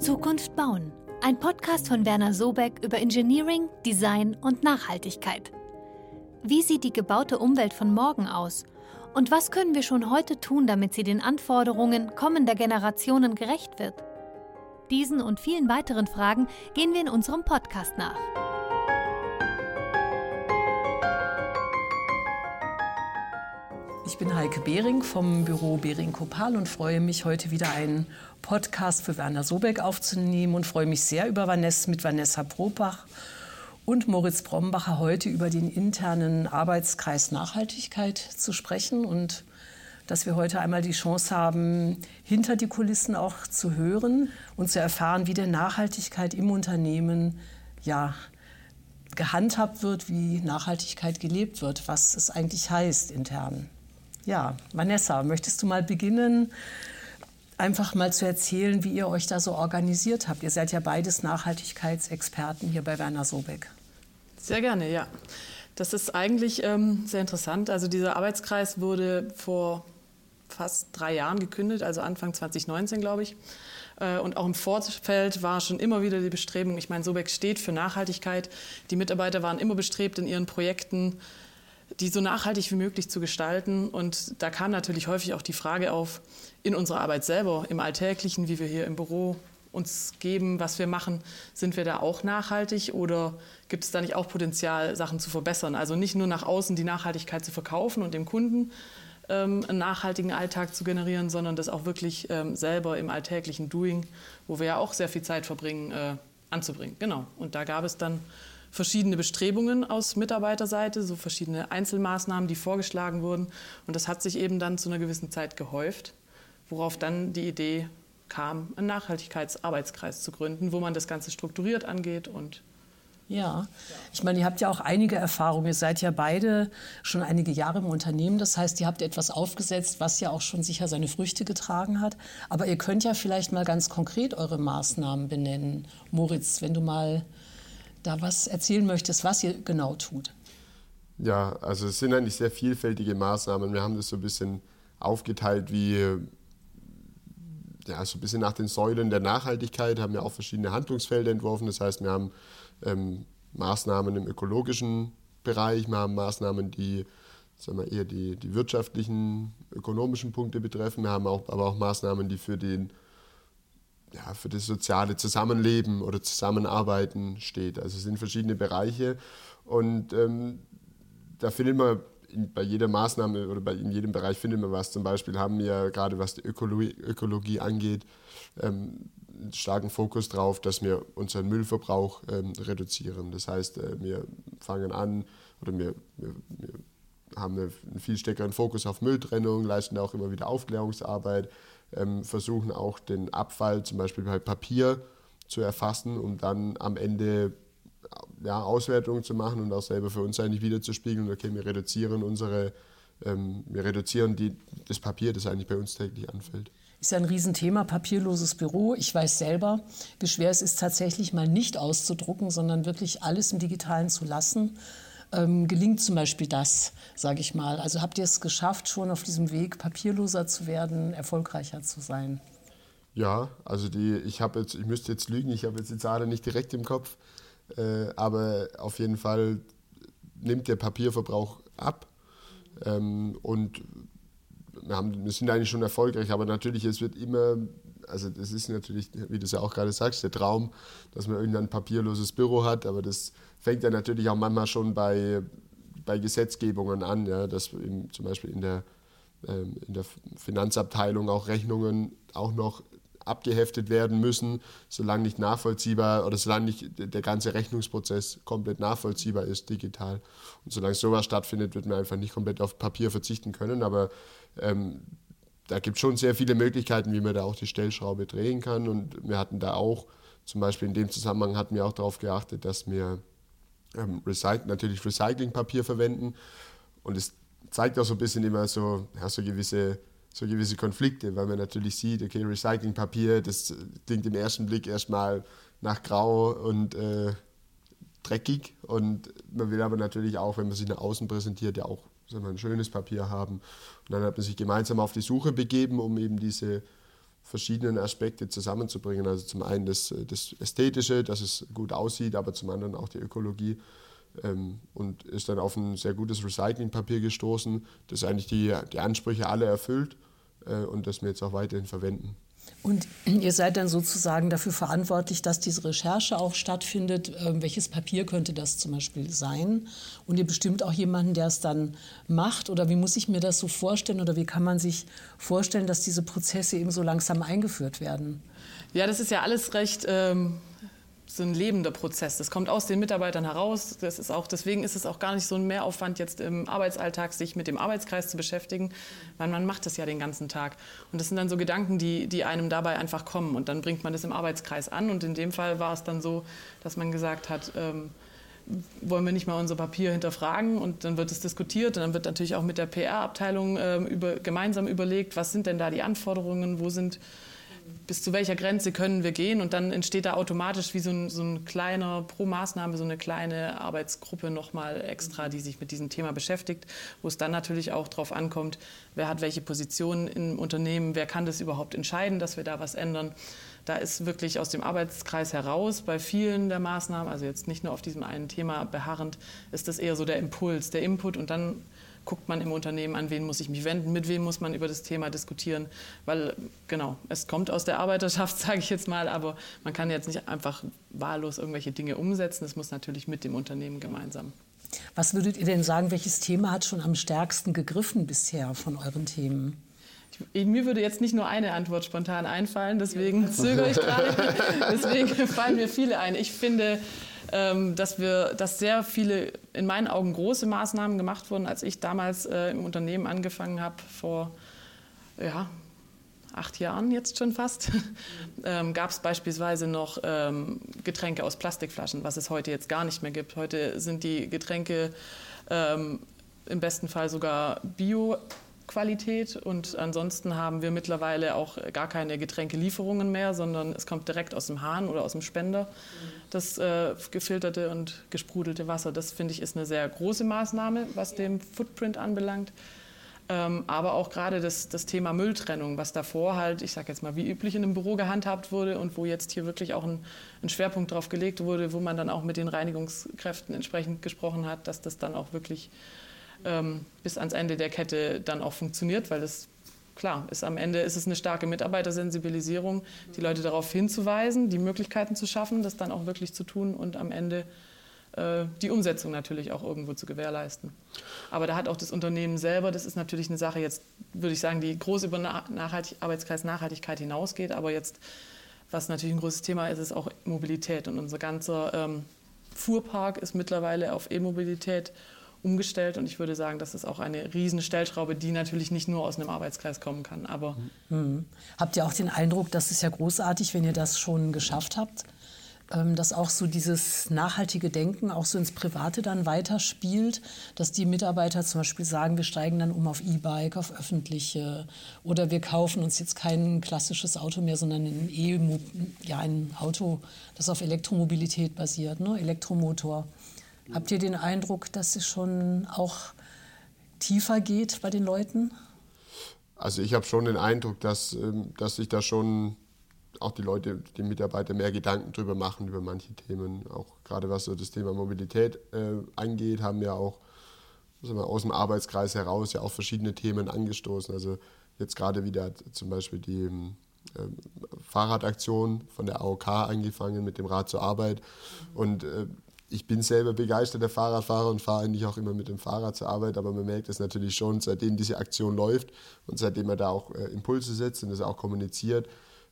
Zukunft bauen. Ein Podcast von Werner Sobeck über Engineering, Design und Nachhaltigkeit. Wie sieht die gebaute Umwelt von morgen aus? Und was können wir schon heute tun, damit sie den Anforderungen kommender Generationen gerecht wird? Diesen und vielen weiteren Fragen gehen wir in unserem Podcast nach. Ich bin Heike Behring vom Büro Behring-Kopal und freue mich, heute wieder einen Podcast für Werner Sobeck aufzunehmen und freue mich sehr mit Vanessa Probach und Moritz Brombacher heute über den internen Arbeitskreis Nachhaltigkeit zu sprechen und dass wir heute einmal die Chance haben, hinter die Kulissen auch zu hören und zu erfahren, wie denn Nachhaltigkeit im Unternehmen gehandhabt wird, wie Nachhaltigkeit gelebt wird, was es eigentlich heißt intern. Ja, Vanessa, möchtest du mal beginnen, einfach mal zu erzählen, wie ihr euch da so organisiert habt? Ihr seid ja beides Nachhaltigkeitsexperten hier bei Werner Sobeck. Sehr gerne, ja. Das ist eigentlich sehr interessant. Also dieser Arbeitskreis wurde vor fast 3 Jahren gekündigt, also Anfang 2019, glaube ich. Und auch im Vorfeld war schon immer wieder die Bestrebung, ich meine, Sobeck steht für Nachhaltigkeit. Die Mitarbeiter waren immer bestrebt in ihren Projekten, die so nachhaltig wie möglich zu gestalten. Und da kam natürlich häufig auch die Frage auf, in unserer Arbeit selber, im Alltäglichen, wie wir hier im Büro uns geben, was wir machen, sind wir da auch nachhaltig oder gibt es da nicht auch Potenzial, Sachen zu verbessern? Also nicht nur nach außen die Nachhaltigkeit zu verkaufen und dem Kunden einen nachhaltigen Alltag zu generieren, sondern das auch wirklich selber im alltäglichen Doing, wo wir ja auch sehr viel Zeit verbringen, anzubringen. Genau. Und da gab es dann verschiedene Bestrebungen aus Mitarbeiterseite, so verschiedene Einzelmaßnahmen, die vorgeschlagen wurden. Und das hat sich eben dann zu einer gewissen Zeit gehäuft, worauf dann die Idee kam, einen Nachhaltigkeitsarbeitskreis zu gründen, wo man das Ganze strukturiert angeht. Und ja, ich meine, ihr habt ja auch einige Erfahrungen. Ihr seid ja beide schon einige Jahre im Unternehmen. Das heißt, ihr habt etwas aufgesetzt, was ja auch schon sicher seine Früchte getragen hat. Aber ihr könnt ja vielleicht mal ganz konkret eure Maßnahmen benennen. Moritz, wenn du mal da was erzählen möchtest, was ihr genau tut. Ja, also es sind eigentlich sehr vielfältige Maßnahmen. Wir haben das so ein bisschen aufgeteilt wie, so ein bisschen nach den Säulen der Nachhaltigkeit, haben wir auch verschiedene Handlungsfelder entworfen. Das heißt, wir haben Maßnahmen im ökologischen Bereich, wir haben Maßnahmen, die eher die wirtschaftlichen, ökonomischen Punkte betreffen. Wir haben aber auch Maßnahmen, die für das soziale Zusammenleben oder Zusammenarbeiten steht. Also es sind verschiedene Bereiche und da findet man bei jeder Maßnahme oder in jedem Bereich findet man was. Zum Beispiel haben wir gerade, was die Ökologie angeht, einen starken Fokus drauf, dass wir unseren Müllverbrauch reduzieren. Das heißt, wir fangen an oder wir haben einen viel stärkeren Fokus auf Mülltrennung, leisten auch immer wieder Aufklärungsarbeit, versuchen auch den Abfall, zum Beispiel bei Papier, zu erfassen, um dann am Ende Auswertungen zu machen und auch selber für uns eigentlich wiederzuspiegeln. Okay, wir reduzieren das Papier, das eigentlich bei uns täglich anfällt. Ist ja ein Riesenthema, papierloses Büro. Ich weiß selber, wie schwer es ist, tatsächlich mal nicht auszudrucken, sondern wirklich alles im Digitalen zu lassen. Gelingt zum Beispiel das, sage ich mal? Also habt ihr es geschafft, schon auf diesem Weg papierloser zu werden, erfolgreicher zu sein? Ja, also ich müsste jetzt lügen, ich habe jetzt die Zahl nicht direkt im Kopf, aber auf jeden Fall nimmt der Papierverbrauch ab und wir sind eigentlich schon erfolgreich, aber natürlich, es wird immer, also das ist natürlich, wie du es ja auch gerade sagst, der Traum, dass man irgendwann ein papierloses Büro hat, aber das fängt ja natürlich auch manchmal schon bei Gesetzgebungen an, ja, dass zum Beispiel in der Finanzabteilung auch Rechnungen auch noch abgeheftet werden müssen, solange nicht nachvollziehbar oder solange nicht der ganze Rechnungsprozess komplett nachvollziehbar ist, digital. Und solange sowas stattfindet, wird man einfach nicht komplett auf Papier verzichten können, aber da gibt es schon sehr viele Möglichkeiten, wie man da auch die Stellschraube drehen kann und wir hatten da auch, zum Beispiel in dem Zusammenhang hatten wir auch darauf geachtet, dass wir natürlich Recyclingpapier verwenden und es zeigt auch so ein bisschen immer so gewisse Konflikte, weil man natürlich sieht, okay, Recyclingpapier, das klingt im ersten Blick erstmal nach grau und dreckig und man will aber natürlich auch, wenn man sich nach außen präsentiert, ja auch ein schönes Papier haben. Und dann hat man sich gemeinsam auf die Suche begeben, um eben diese verschiedenen Aspekte zusammenzubringen. Also zum einen das Ästhetische, dass es gut aussieht, aber zum anderen auch die Ökologie. Und ist dann auf ein sehr gutes Recyclingpapier gestoßen, das eigentlich die Ansprüche alle erfüllt und das wir jetzt auch weiterhin verwenden. Und ihr seid dann sozusagen dafür verantwortlich, dass diese Recherche auch stattfindet. Welches Papier könnte das zum Beispiel sein? Und ihr bestimmt auch jemanden, der es dann macht? Oder wie muss ich mir das so vorstellen? Oder wie kann man sich vorstellen, dass diese Prozesse eben so langsam eingeführt werden? Ja, das ist ja alles recht so ein lebender Prozess. Das kommt aus den Mitarbeitern heraus. Deswegen ist es auch gar nicht so ein Mehraufwand, jetzt im Arbeitsalltag sich mit dem Arbeitskreis zu beschäftigen, weil man macht das ja den ganzen Tag. Und das sind dann so Gedanken, die einem dabei einfach kommen. Und dann bringt man das im Arbeitskreis an. Und in dem Fall war es dann so, dass man gesagt hat, wollen wir nicht mal unser Papier hinterfragen? Und dann wird es diskutiert. Und dann wird natürlich auch mit der PR-Abteilung gemeinsam überlegt, was sind denn da die Anforderungen, bis zu welcher Grenze können wir gehen, und dann entsteht da automatisch wie so ein kleiner, pro Maßnahme so eine kleine Arbeitsgruppe nochmal extra, die sich mit diesem Thema beschäftigt, wo es dann natürlich auch darauf ankommt, wer hat welche Position im Unternehmen, wer kann das überhaupt entscheiden, dass wir da was ändern. Da ist wirklich aus dem Arbeitskreis heraus bei vielen der Maßnahmen, also jetzt nicht nur auf diesem einen Thema beharrend, ist das eher so der Impuls, der Input, und dann guckt man im Unternehmen an, wen muss ich mich wenden, mit wem muss man über das Thema diskutieren. Weil, genau, es kommt aus der Arbeiterschaft, sage ich jetzt mal, aber man kann jetzt nicht einfach wahllos irgendwelche Dinge umsetzen. Es muss natürlich mit dem Unternehmen gemeinsam. Was würdet ihr denn sagen, welches Thema hat schon am stärksten gegriffen bisher von euren Themen? Mir würde jetzt nicht nur eine Antwort spontan einfallen, deswegen zögere ich gerade. Deswegen fallen mir viele ein. Ich finde, dass sehr viele, in meinen Augen, große Maßnahmen gemacht wurden. Als ich damals im Unternehmen angefangen habe, vor 8 Jahren jetzt schon fast, gab es beispielsweise noch Getränke aus Plastikflaschen, was es heute jetzt gar nicht mehr gibt. Heute sind die Getränke im besten Fall sogar Bio-Qualität, und ansonsten haben wir mittlerweile auch gar keine Getränkelieferungen mehr, sondern es kommt direkt aus dem Hahn oder aus dem Spender, das gefilterte und gesprudelte Wasser. Das, finde ich, ist eine sehr große Maßnahme, was den Footprint anbelangt. Aber auch gerade das Thema Mülltrennung, was davor halt, ich sage jetzt mal, wie üblich in einem Büro gehandhabt wurde und wo jetzt hier wirklich auch ein Schwerpunkt drauf gelegt wurde, wo man dann auch mit den Reinigungskräften entsprechend gesprochen hat, dass das dann auch wirklich bis ans Ende der Kette dann auch funktioniert, weil das, klar, am Ende ist es eine starke Mitarbeitersensibilisierung, die Leute darauf hinzuweisen, die Möglichkeiten zu schaffen, das dann auch wirklich zu tun und am Ende die Umsetzung natürlich auch irgendwo zu gewährleisten. Aber da hat auch das Unternehmen selber, das ist natürlich eine Sache jetzt, würde ich sagen, die groß über Arbeitskreis Nachhaltigkeit hinausgeht, aber jetzt, was natürlich ein großes Thema ist, ist auch Mobilität, und unser ganzer Fuhrpark ist mittlerweile auf E-Mobilität umgestellt, und ich würde sagen, das ist auch eine riesen Stellschraube, die natürlich nicht nur aus einem Arbeitskreis kommen kann. Aber Habt ihr auch den Eindruck, das ist ja großartig, wenn ihr das schon geschafft habt, dass auch so dieses nachhaltige Denken auch so ins Private dann weiterspielt, dass die Mitarbeiter zum Beispiel sagen, wir steigen dann um auf E-Bike, auf öffentliche, oder wir kaufen uns jetzt kein klassisches Auto mehr, sondern ein Auto, das auf Elektromobilität basiert, ne? Elektromotor. Habt ihr den Eindruck, dass es schon auch tiefer geht bei den Leuten? Also ich habe schon den Eindruck, dass sich da schon auch die Mitarbeiter mehr Gedanken drüber machen, über manche Themen. Auch gerade was so das Thema Mobilität angeht, haben wir auch aus dem Arbeitskreis heraus ja auch verschiedene Themen angestoßen. Also jetzt gerade wieder zum Beispiel die Fahrradaktion von der AOK angefangen mit dem Rad zur Arbeit. Und ich bin selber begeisterter Fahrradfahrer und fahre eigentlich auch immer mit dem Fahrrad zur Arbeit, aber man merkt es natürlich schon, seitdem diese Aktion läuft und seitdem man da auch Impulse setzt und das auch kommuniziert,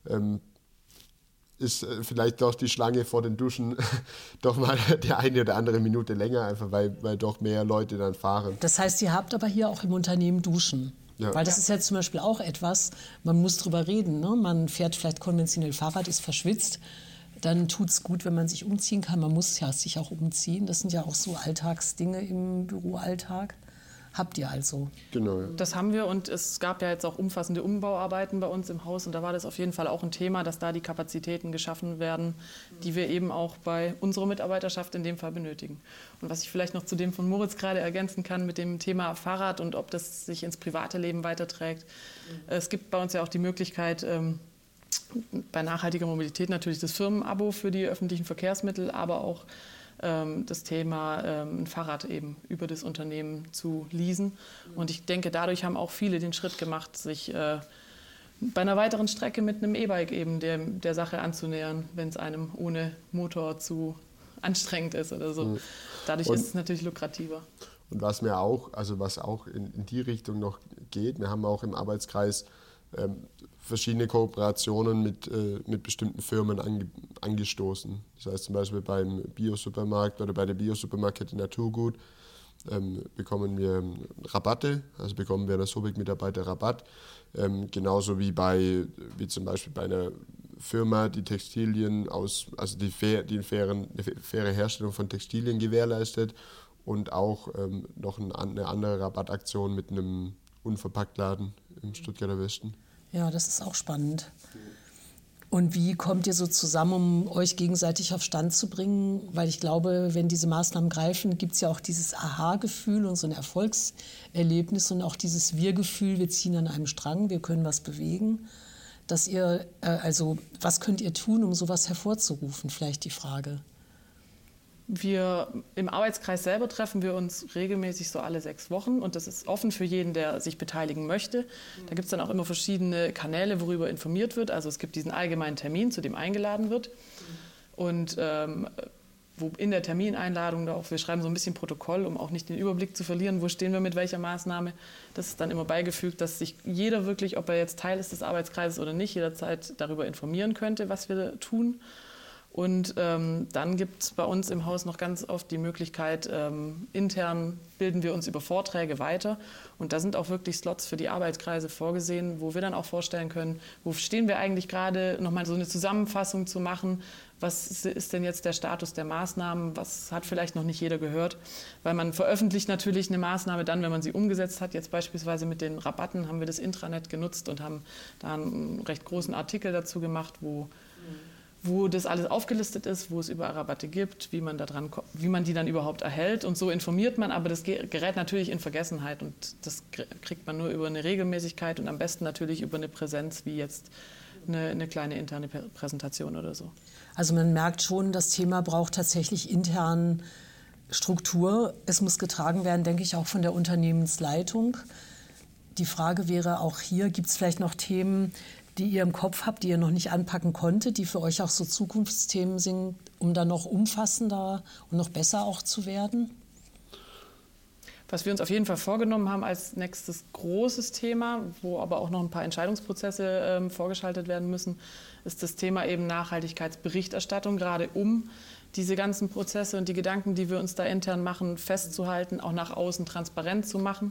ist vielleicht doch die Schlange vor den Duschen doch mal die eine oder andere Minute länger, einfach weil doch mehr Leute dann fahren. Das heißt, ihr habt aber hier auch im Unternehmen Duschen. Ja. Weil das ist ja zum Beispiel auch etwas, man muss drüber reden, ne? Man fährt vielleicht konventionell Fahrrad, ist verschwitzt. Dann tut es gut, wenn man sich umziehen kann. Man muss ja sich auch umziehen. Das sind ja auch so Alltagsdinge im Büroalltag. Habt ihr also? Genau. Ja. Das haben wir, und es gab ja jetzt auch umfassende Umbauarbeiten bei uns im Haus. Und da war das auf jeden Fall auch ein Thema, dass da die Kapazitäten geschaffen werden, die wir eben auch bei unserer Mitarbeiterschaft in dem Fall benötigen. Und was ich vielleicht noch zu dem von Moritz gerade ergänzen kann mit dem Thema Fahrrad und ob das sich ins private Leben weiterträgt. Es gibt bei uns ja auch die Möglichkeit, bei nachhaltiger Mobilität natürlich das Firmenabo für die öffentlichen Verkehrsmittel, aber auch das Thema, ein Fahrrad eben über das Unternehmen zu leasen. Und ich denke, dadurch haben auch viele den Schritt gemacht, sich bei einer weiteren Strecke mit einem E-Bike eben der Sache anzunähern, wenn es einem ohne Motor zu anstrengend ist oder so. Dadurch ist es natürlich lukrativer. Und was mir auch, also was auch in die Richtung noch geht, wir haben auch im Arbeitskreis verschiedene Kooperationen mit bestimmten Firmen angestoßen. Das heißt zum Beispiel beim Bio-Supermarkt oder bei der Bio-Supermarktkette Naturgut bekommen wir Rabatte, also bekommen wir als Sobeck-Mitarbeiter Rabatt, genauso wie zum Beispiel bei einer Firma, die Textilien also die faire Herstellung von Textilien gewährleistet und auch noch eine andere Rabattaktion mit einem Unverpacktladen im Stuttgarter Westen. Ja, das ist auch spannend. Und wie kommt ihr so zusammen, um euch gegenseitig auf Stand zu bringen? Weil ich glaube, wenn diese Maßnahmen greifen, gibt es ja auch dieses Aha-Gefühl und so ein Erfolgserlebnis und auch dieses Wir-Gefühl, wir ziehen an einem Strang, wir können was bewegen. Dass ihr, was könnt ihr tun, um sowas hervorzurufen? Vielleicht die Frage. Wir im Arbeitskreis selber treffen wir uns regelmäßig so alle 6 Wochen und das ist offen für jeden, der sich beteiligen möchte. Da gibt es dann auch immer verschiedene Kanäle, worüber informiert wird. Also es gibt diesen allgemeinen Termin, zu dem eingeladen wird und wo in der Termineinladung auch, wir schreiben so ein bisschen Protokoll, um auch nicht den Überblick zu verlieren, wo stehen wir mit welcher Maßnahme. Das ist dann immer beigefügt, dass sich jeder wirklich, ob er jetzt Teil ist des Arbeitskreises oder nicht, jederzeit darüber informieren könnte, was wir tun. Und dann gibt es bei uns im Haus noch ganz oft die Möglichkeit, intern bilden wir uns über Vorträge weiter. Und da sind auch wirklich Slots für die Arbeitskreise vorgesehen, wo wir dann auch vorstellen können, wo stehen wir eigentlich gerade, nochmal so eine Zusammenfassung zu machen. Was ist denn jetzt der Status der Maßnahmen? Was hat vielleicht noch nicht jeder gehört? Weil man veröffentlicht natürlich eine Maßnahme dann, wenn man sie umgesetzt hat. Jetzt beispielsweise mit den Rabatten haben wir das Intranet genutzt und haben da einen recht großen Artikel dazu gemacht, wo das alles aufgelistet ist, wo es überall Rabatte gibt, wie man die dann überhaupt erhält. Und so informiert man, aber das gerät natürlich in Vergessenheit. Und das kriegt man nur über eine Regelmäßigkeit und am besten natürlich über eine Präsenz, wie jetzt eine kleine interne Präsentation oder so. Also man merkt schon, das Thema braucht tatsächlich intern Struktur. Es muss getragen werden, denke ich, auch von der Unternehmensleitung. Die Frage wäre auch hier, gibt es vielleicht noch Themen, die ihr im Kopf habt, die ihr noch nicht anpacken konntet, die für euch auch so Zukunftsthemen sind, um dann noch umfassender und noch besser auch zu werden? Was wir uns auf jeden Fall vorgenommen haben als nächstes großes Thema, wo aber auch noch ein paar Entscheidungsprozesse vorgeschaltet werden müssen, ist das Thema eben Nachhaltigkeitsberichterstattung, gerade um diese ganzen Prozesse und die Gedanken, die wir uns da intern machen, festzuhalten, auch nach außen transparent zu machen.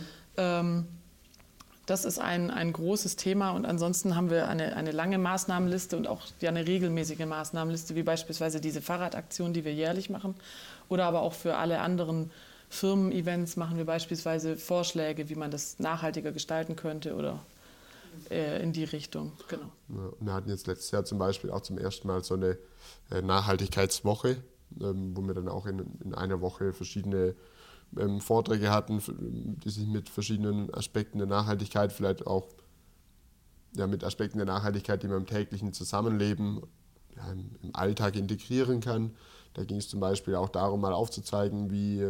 Das ist ein großes Thema und ansonsten haben wir eine lange Maßnahmenliste und auch eine regelmäßige Maßnahmenliste, wie beispielsweise diese Fahrradaktion, die wir jährlich machen. Oder aber auch für alle anderen Firmen-Events machen wir beispielsweise Vorschläge, wie man das nachhaltiger gestalten könnte oder in die Richtung. Genau. Ja, wir hatten jetzt letztes Jahr zum Beispiel auch zum ersten Mal so eine Nachhaltigkeitswoche, wo wir dann auch in einer Woche verschiedene Vorträge hatten, die sich mit verschiedenen Aspekten der Nachhaltigkeit, vielleicht auch mit Aspekten der Nachhaltigkeit, die man im täglichen Zusammenleben im Alltag integrieren kann. Da ging es zum Beispiel auch darum, mal aufzuzeigen,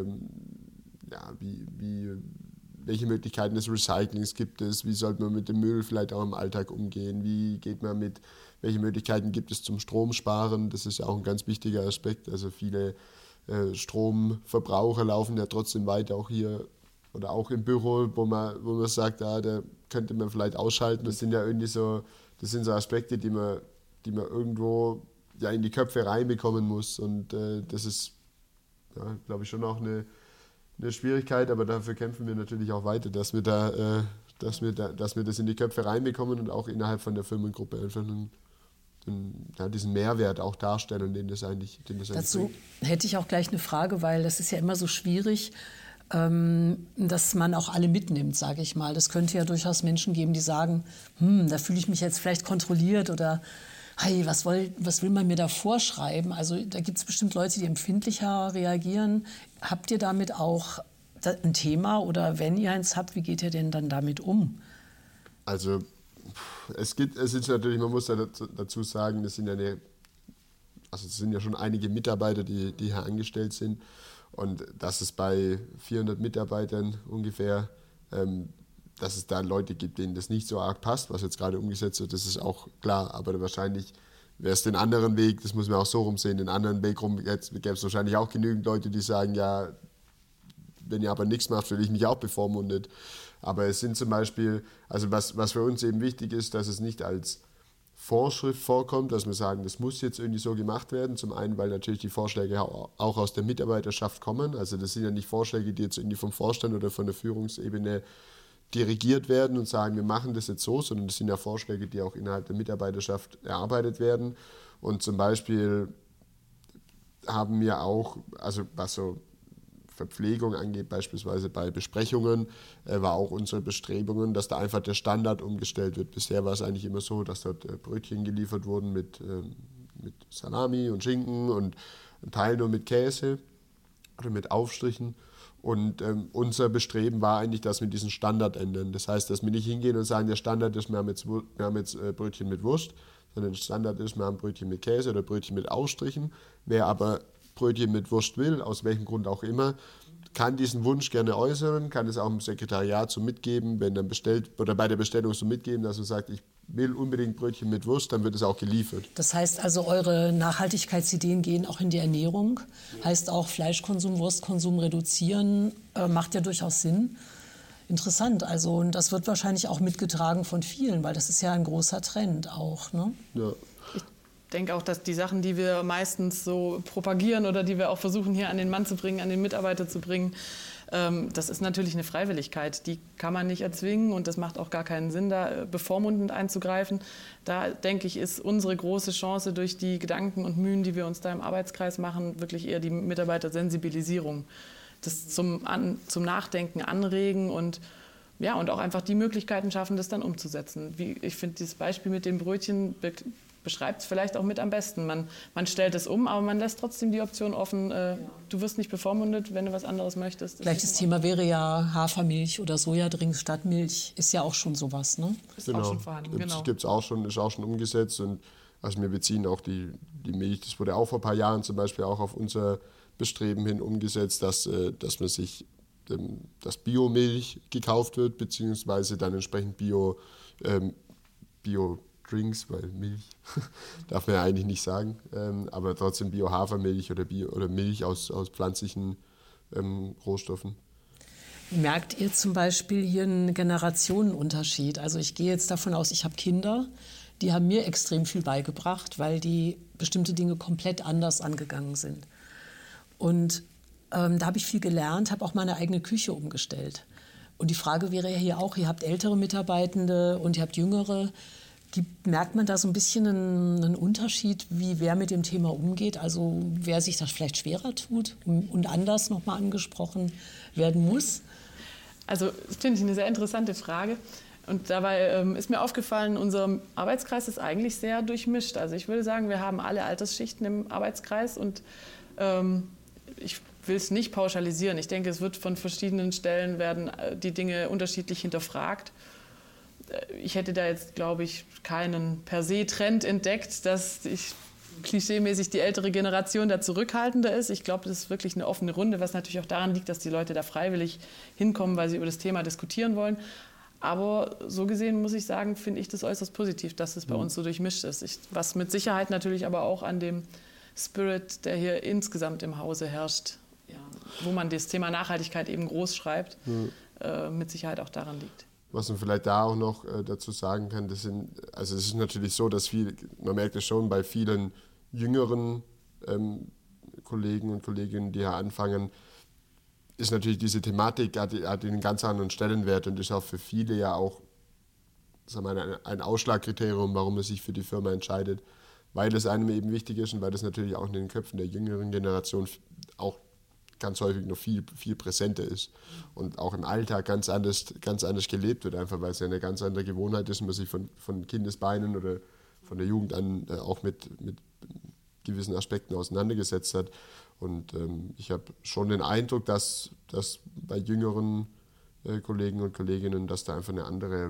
welche Möglichkeiten des Recyclings gibt es, wie sollte man mit dem Müll vielleicht auch im Alltag umgehen, welche Möglichkeiten gibt es zum Stromsparen, das ist ja auch ein ganz wichtiger Aspekt, also viele Stromverbraucher laufen ja trotzdem weiter auch hier oder auch im Büro, wo man sagt, da könnte man vielleicht ausschalten. Das sind ja irgendwie so Aspekte, die man irgendwo in die Köpfe reinbekommen muss. Und das ist, glaube ich, schon auch eine Schwierigkeit, aber dafür kämpfen wir natürlich auch weiter, dass wir das in die Köpfe reinbekommen und auch innerhalb von der Firmengruppe einfach diesen Mehrwert auch darstellen, den das eigentlich Dazu hätte ich auch gleich eine Frage, weil das ist ja immer so schwierig, dass man auch alle mitnimmt, sage ich mal. Das könnte ja durchaus Menschen geben, die sagen, da fühle ich mich jetzt vielleicht kontrolliert oder hey, was will man mir da vorschreiben? Also da gibt es bestimmt Leute, die empfindlicher reagieren. Habt ihr damit auch ein Thema oder wenn ihr eins habt, wie geht ihr denn dann damit um? Also Es ist natürlich, man muss dazu sagen, es sind ja schon einige Mitarbeiter, die hier angestellt sind. Und dass es bei 400 Mitarbeitern ungefähr, dass es da Leute gibt, denen das nicht so arg passt, was jetzt gerade umgesetzt wird, das ist auch klar. Aber wahrscheinlich wäre es den anderen Weg, das muss man auch so rumsehen, den anderen Weg rum gäbe es wahrscheinlich auch genügend Leute, die sagen, ja, wenn ihr aber nichts macht, fühle ich mich auch bevormundet. Aber es sind zum Beispiel, also was für uns eben wichtig ist, dass es nicht als Vorschrift vorkommt, dass wir sagen, das muss jetzt irgendwie so gemacht werden. Zum einen, weil natürlich die Vorschläge auch aus der Mitarbeiterschaft kommen. Also das sind ja nicht Vorschläge, die jetzt irgendwie vom Vorstand oder von der Führungsebene dirigiert werden und sagen, wir machen das jetzt so, sondern das sind ja Vorschläge, die auch innerhalb der Mitarbeiterschaft erarbeitet werden. Und zum Beispiel haben wir auch, also was so Verpflegung angeht, beispielsweise bei Besprechungen, war auch unsere Bestrebungen, dass da einfach der Standard umgestellt wird. Bisher war es eigentlich immer so, dass dort Brötchen geliefert wurden mit Salami und Schinken und ein Teil nur mit Käse oder mit Aufstrichen. Und unser Bestreben war eigentlich, dass wir diesen Standard ändern. Das heißt, dass wir nicht hingehen und sagen, der Standard ist, wir haben jetzt Brötchen mit Wurst, sondern der Standard ist, wir haben Brötchen mit Käse oder Brötchen mit Aufstrichen. Wer aber Brötchen mit Wurst will, aus welchem Grund auch immer, kann diesen Wunsch gerne äußern, kann es auch im Sekretariat so mitgeben, wenn dann bestellt oder bei der Bestellung so mitgeben, dass man sagt, ich will unbedingt Brötchen mit Wurst, dann wird es auch geliefert. Das heißt also, eure Nachhaltigkeitsideen gehen auch in die Ernährung, heißt auch Fleischkonsum, Wurstkonsum reduzieren, macht ja durchaus Sinn. Interessant, also und das wird wahrscheinlich auch mitgetragen von vielen, weil das ist ja ein großer Trend auch, ne? Ja. Ich denke auch, dass die Sachen, die wir meistens so propagieren oder die wir auch versuchen hier an den Mann zu bringen, an den Mitarbeiter zu bringen, das ist natürlich eine Freiwilligkeit. Die kann man nicht erzwingen und das macht auch gar keinen Sinn, da bevormundend einzugreifen. Da, denke ich, ist unsere große Chance durch die Gedanken und Mühen, die wir uns da im Arbeitskreis machen, wirklich eher die Mitarbeitersensibilisierung. Das zum Nachdenken anregen und auch einfach die Möglichkeiten schaffen, das dann umzusetzen. Ich finde, dieses Beispiel mit dem Brötchen beschreibt es vielleicht auch mit am besten. Man stellt es um, aber man lässt trotzdem die Option offen, du wirst nicht bevormundet, wenn du was anderes möchtest. Gleiches Thema wäre ja Hafermilch oder Sojadrinks statt Milch. Ist ja auch schon sowas, ne? Ist auch schon vorhanden, genau. Gibt's auch schon, ist auch schon umgesetzt. Und also wir beziehen auch die Milch, das wurde auch vor ein paar Jahren zum Beispiel auch auf unser Bestreben hin umgesetzt, dass man sich dass Biomilch gekauft wird, beziehungsweise dann entsprechend Bio-Drinks, weil Milch darf man ja eigentlich nicht sagen, aber trotzdem Bio-Hafermilch oder Milch aus pflanzlichen Rohstoffen. Merkt ihr zum Beispiel hier einen Generationenunterschied? Also ich gehe jetzt davon aus, ich habe Kinder, die haben mir extrem viel beigebracht, weil die bestimmte Dinge komplett anders angegangen sind. Und da habe ich viel gelernt, habe auch meine eigene Küche umgestellt. Und die Frage wäre ja hier auch, ihr habt ältere Mitarbeitende und ihr habt jüngere. Merkt man da so ein bisschen einen Unterschied, wie wer mit dem Thema umgeht? Also wer sich das vielleicht schwerer tut und anders nochmal angesprochen werden muss? Also das finde ich eine sehr interessante Frage. Und dabei ist mir aufgefallen, unser Arbeitskreis ist eigentlich sehr durchmischt. Also ich würde sagen, wir haben alle Altersschichten im Arbeitskreis und ich will es nicht pauschalisieren. Ich denke, es wird von verschiedenen Stellen werden die Dinge unterschiedlich hinterfragt. Ich hätte da jetzt, glaube ich, keinen per se Trend entdeckt, dass klischeemäßig die ältere Generation da zurückhaltender ist. Ich glaube, das ist wirklich eine offene Runde, was natürlich auch daran liegt, dass die Leute da freiwillig hinkommen, weil sie über das Thema diskutieren wollen. Aber so gesehen muss ich sagen, finde ich das äußerst positiv, dass es bei uns so durchmischt ist. Was mit Sicherheit natürlich aber auch an dem Spirit, der hier insgesamt im Hause herrscht, wo man das Thema Nachhaltigkeit eben groß schreibt, mit Sicherheit auch daran liegt. Was man vielleicht da auch noch dazu sagen kann, es ist natürlich so, dass man merkt es schon bei vielen jüngeren Kollegen und Kolleginnen, die hier anfangen, ist natürlich diese Thematik, hat einen ganz anderen Stellenwert und ist auch für viele ja auch, sagen wir, ein Ausschlagkriterium, warum man sich für die Firma entscheidet, weil es einem eben wichtig ist und weil das natürlich auch in den Köpfen der jüngeren Generation auch ganz häufig noch viel, viel präsenter ist und auch im Alltag ganz anders gelebt wird, einfach weil es ja eine ganz andere Gewohnheit ist und man sich von Kindesbeinen oder von der Jugend an auch mit gewissen Aspekten auseinandergesetzt hat. Und ich habe schon den Eindruck, dass bei jüngeren Kollegen und Kolleginnen, dass da einfach eine andere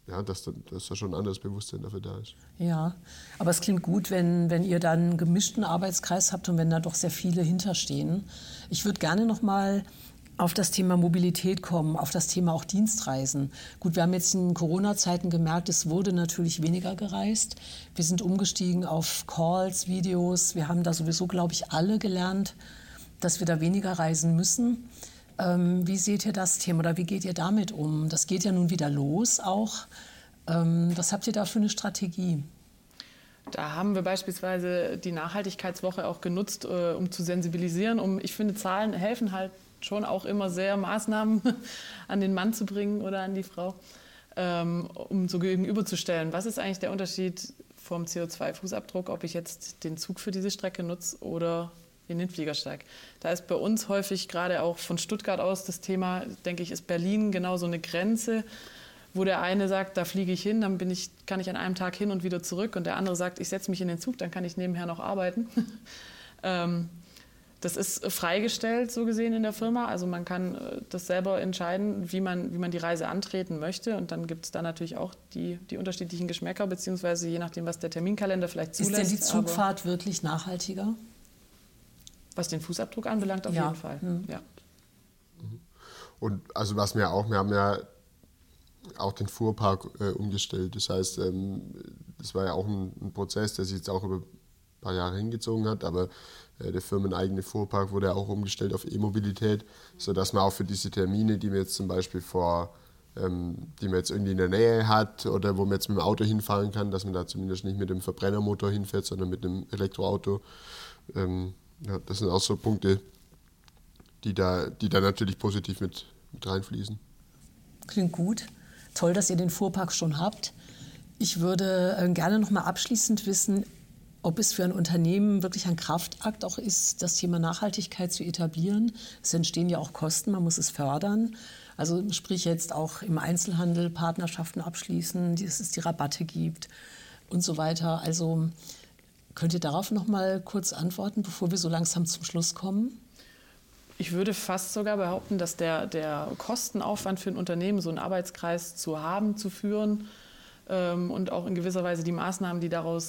dass da schon ein anderes Bewusstsein dafür da ist. Ja, aber es klingt gut, wenn ihr dann einen gemischten Arbeitskreis habt und wenn da doch sehr viele hinterstehen. Ich würde gerne noch mal auf das Thema Mobilität kommen, auf das Thema auch Dienstreisen. Gut, wir haben jetzt in Corona-Zeiten gemerkt, es wurde natürlich weniger gereist. Wir sind umgestiegen auf Calls, Videos. Wir haben da sowieso, glaube ich, alle gelernt, dass wir da weniger reisen müssen. Wie seht ihr das Thema oder wie geht ihr damit um? Das geht ja nun wieder los auch. Was habt ihr da für eine Strategie? Da haben wir beispielsweise die Nachhaltigkeitswoche auch genutzt, um zu sensibilisieren. Ich finde, Zahlen helfen halt schon auch immer sehr, Maßnahmen an den Mann zu bringen oder an die Frau, um so gegenüberzustellen. Was ist eigentlich der Unterschied vom CO2-Fußabdruck, ob ich jetzt den Zug für diese Strecke nutze oder in den Flieger steige? Da ist bei uns häufig, gerade auch von Stuttgart aus, das Thema, denke ich, ist Berlin genau so eine Grenze, wo der eine sagt, da fliege ich hin, dann kann ich an einem Tag hin und wieder zurück, und der andere sagt, ich setze mich in den Zug, dann kann ich nebenher noch arbeiten. Das ist freigestellt, so gesehen, in der Firma. Also man kann das selber entscheiden, wie man die Reise antreten möchte. Und dann gibt es da natürlich auch die unterschiedlichen Geschmäcker, beziehungsweise je nachdem, was der Terminkalender vielleicht zulässt. Ist denn die Zugfahrt wirklich nachhaltiger? Was den Fußabdruck anbelangt, auf jeden Fall. Ja. Und also wir haben ja auch den Fuhrpark umgestellt. Das heißt, das war ja auch ein Prozess, der sich jetzt auch über ein paar Jahre hingezogen hat, aber der firmeneigene Fuhrpark wurde ja auch umgestellt auf E-Mobilität, sodass man auch für diese Termine, die man jetzt zum Beispiel die man jetzt irgendwie in der Nähe hat oder wo man jetzt mit dem Auto hinfahren kann, dass man da zumindest nicht mit dem Verbrennermotor hinfährt, sondern mit dem Elektroauto. Das sind auch so Punkte, die da natürlich positiv mit reinfließen. Klingt gut. Toll, dass ihr den Fuhrpark schon habt. Ich würde gerne noch mal abschließend wissen, ob es für ein Unternehmen wirklich ein Kraftakt auch ist, das Thema Nachhaltigkeit zu etablieren. Es entstehen ja auch Kosten, man muss es fördern. Also sprich jetzt auch im Einzelhandel Partnerschaften abschließen, dass es die Rabatte gibt und so weiter. Also könnt ihr darauf noch mal kurz antworten, bevor wir so langsam zum Schluss kommen? Ich würde fast sogar behaupten, dass der Kostenaufwand für ein Unternehmen, so einen Arbeitskreis zu führen und auch in gewisser Weise die Maßnahmen,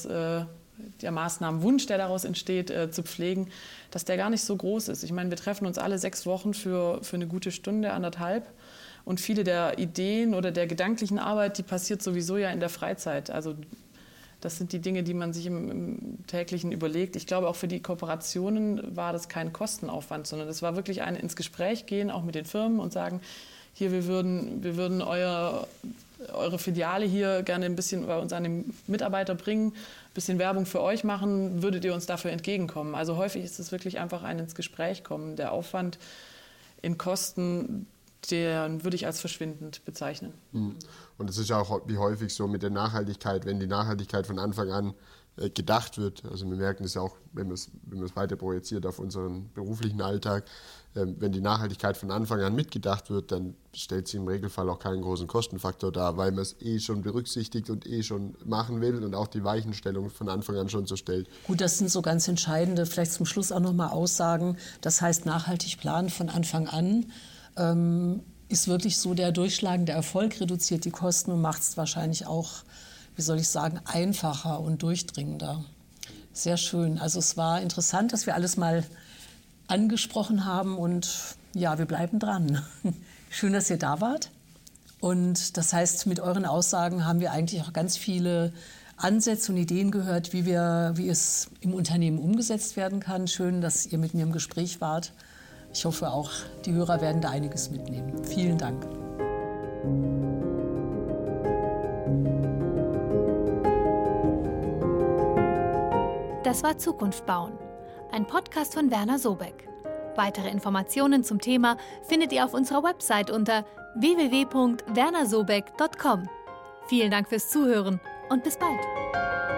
der Maßnahmenwunsch, der daraus entsteht, zu pflegen, dass der gar nicht so groß ist. Ich meine, wir treffen uns alle 6 Wochen für eine gute Stunde, 1,5. Und viele der Ideen oder der gedanklichen Arbeit, die passiert sowieso ja in der Freizeit. Also das sind die Dinge, die man sich im täglichen überlegt. Ich glaube, auch für die Kooperationen war das kein Kostenaufwand, sondern das war wirklich ein ins Gespräch gehen, auch mit den Firmen und sagen, hier, wir würden eure Filiale hier gerne ein bisschen bei uns an den Mitarbeiter bringen, ein bisschen Werbung für euch machen, würdet ihr uns dafür entgegenkommen? Also häufig ist es wirklich einfach ein ins Gespräch kommen. Der Aufwand in Kosten, den würde ich als verschwindend bezeichnen. Und es ist ja auch wie häufig so mit der Nachhaltigkeit, wenn die Nachhaltigkeit von Anfang an gedacht wird. Also wir merken das ja auch, wenn man es weiter projiziert auf unseren beruflichen Alltag. Wenn die Nachhaltigkeit von Anfang an mitgedacht wird, dann stellt sie im Regelfall auch keinen großen Kostenfaktor dar, weil man es schon berücksichtigt und schon machen will und auch die Weichenstellung von Anfang an schon so stellt. Gut, das sind so ganz entscheidende, vielleicht zum Schluss auch nochmal Aussagen. Das heißt, nachhaltig planen von Anfang an ist wirklich so der durchschlagende Erfolg, reduziert die Kosten und macht es wahrscheinlich auch, wie soll ich sagen, einfacher und durchdringender. Sehr schön. Also es war interessant, dass wir alles mal angesprochen haben und ja, wir bleiben dran. Schön, dass ihr da wart. Und das heißt, mit euren Aussagen haben wir eigentlich auch ganz viele Ansätze und Ideen gehört, wie es im Unternehmen umgesetzt werden kann. Schön, dass ihr mit mir im Gespräch wart. Ich hoffe, auch die Hörer werden da einiges mitnehmen. Vielen Dank. Das war Zukunft bauen, ein Podcast von Werner Sobeck. Weitere Informationen zum Thema findet ihr auf unserer Website unter www.wernersobeck.com. Vielen Dank fürs Zuhören und bis bald.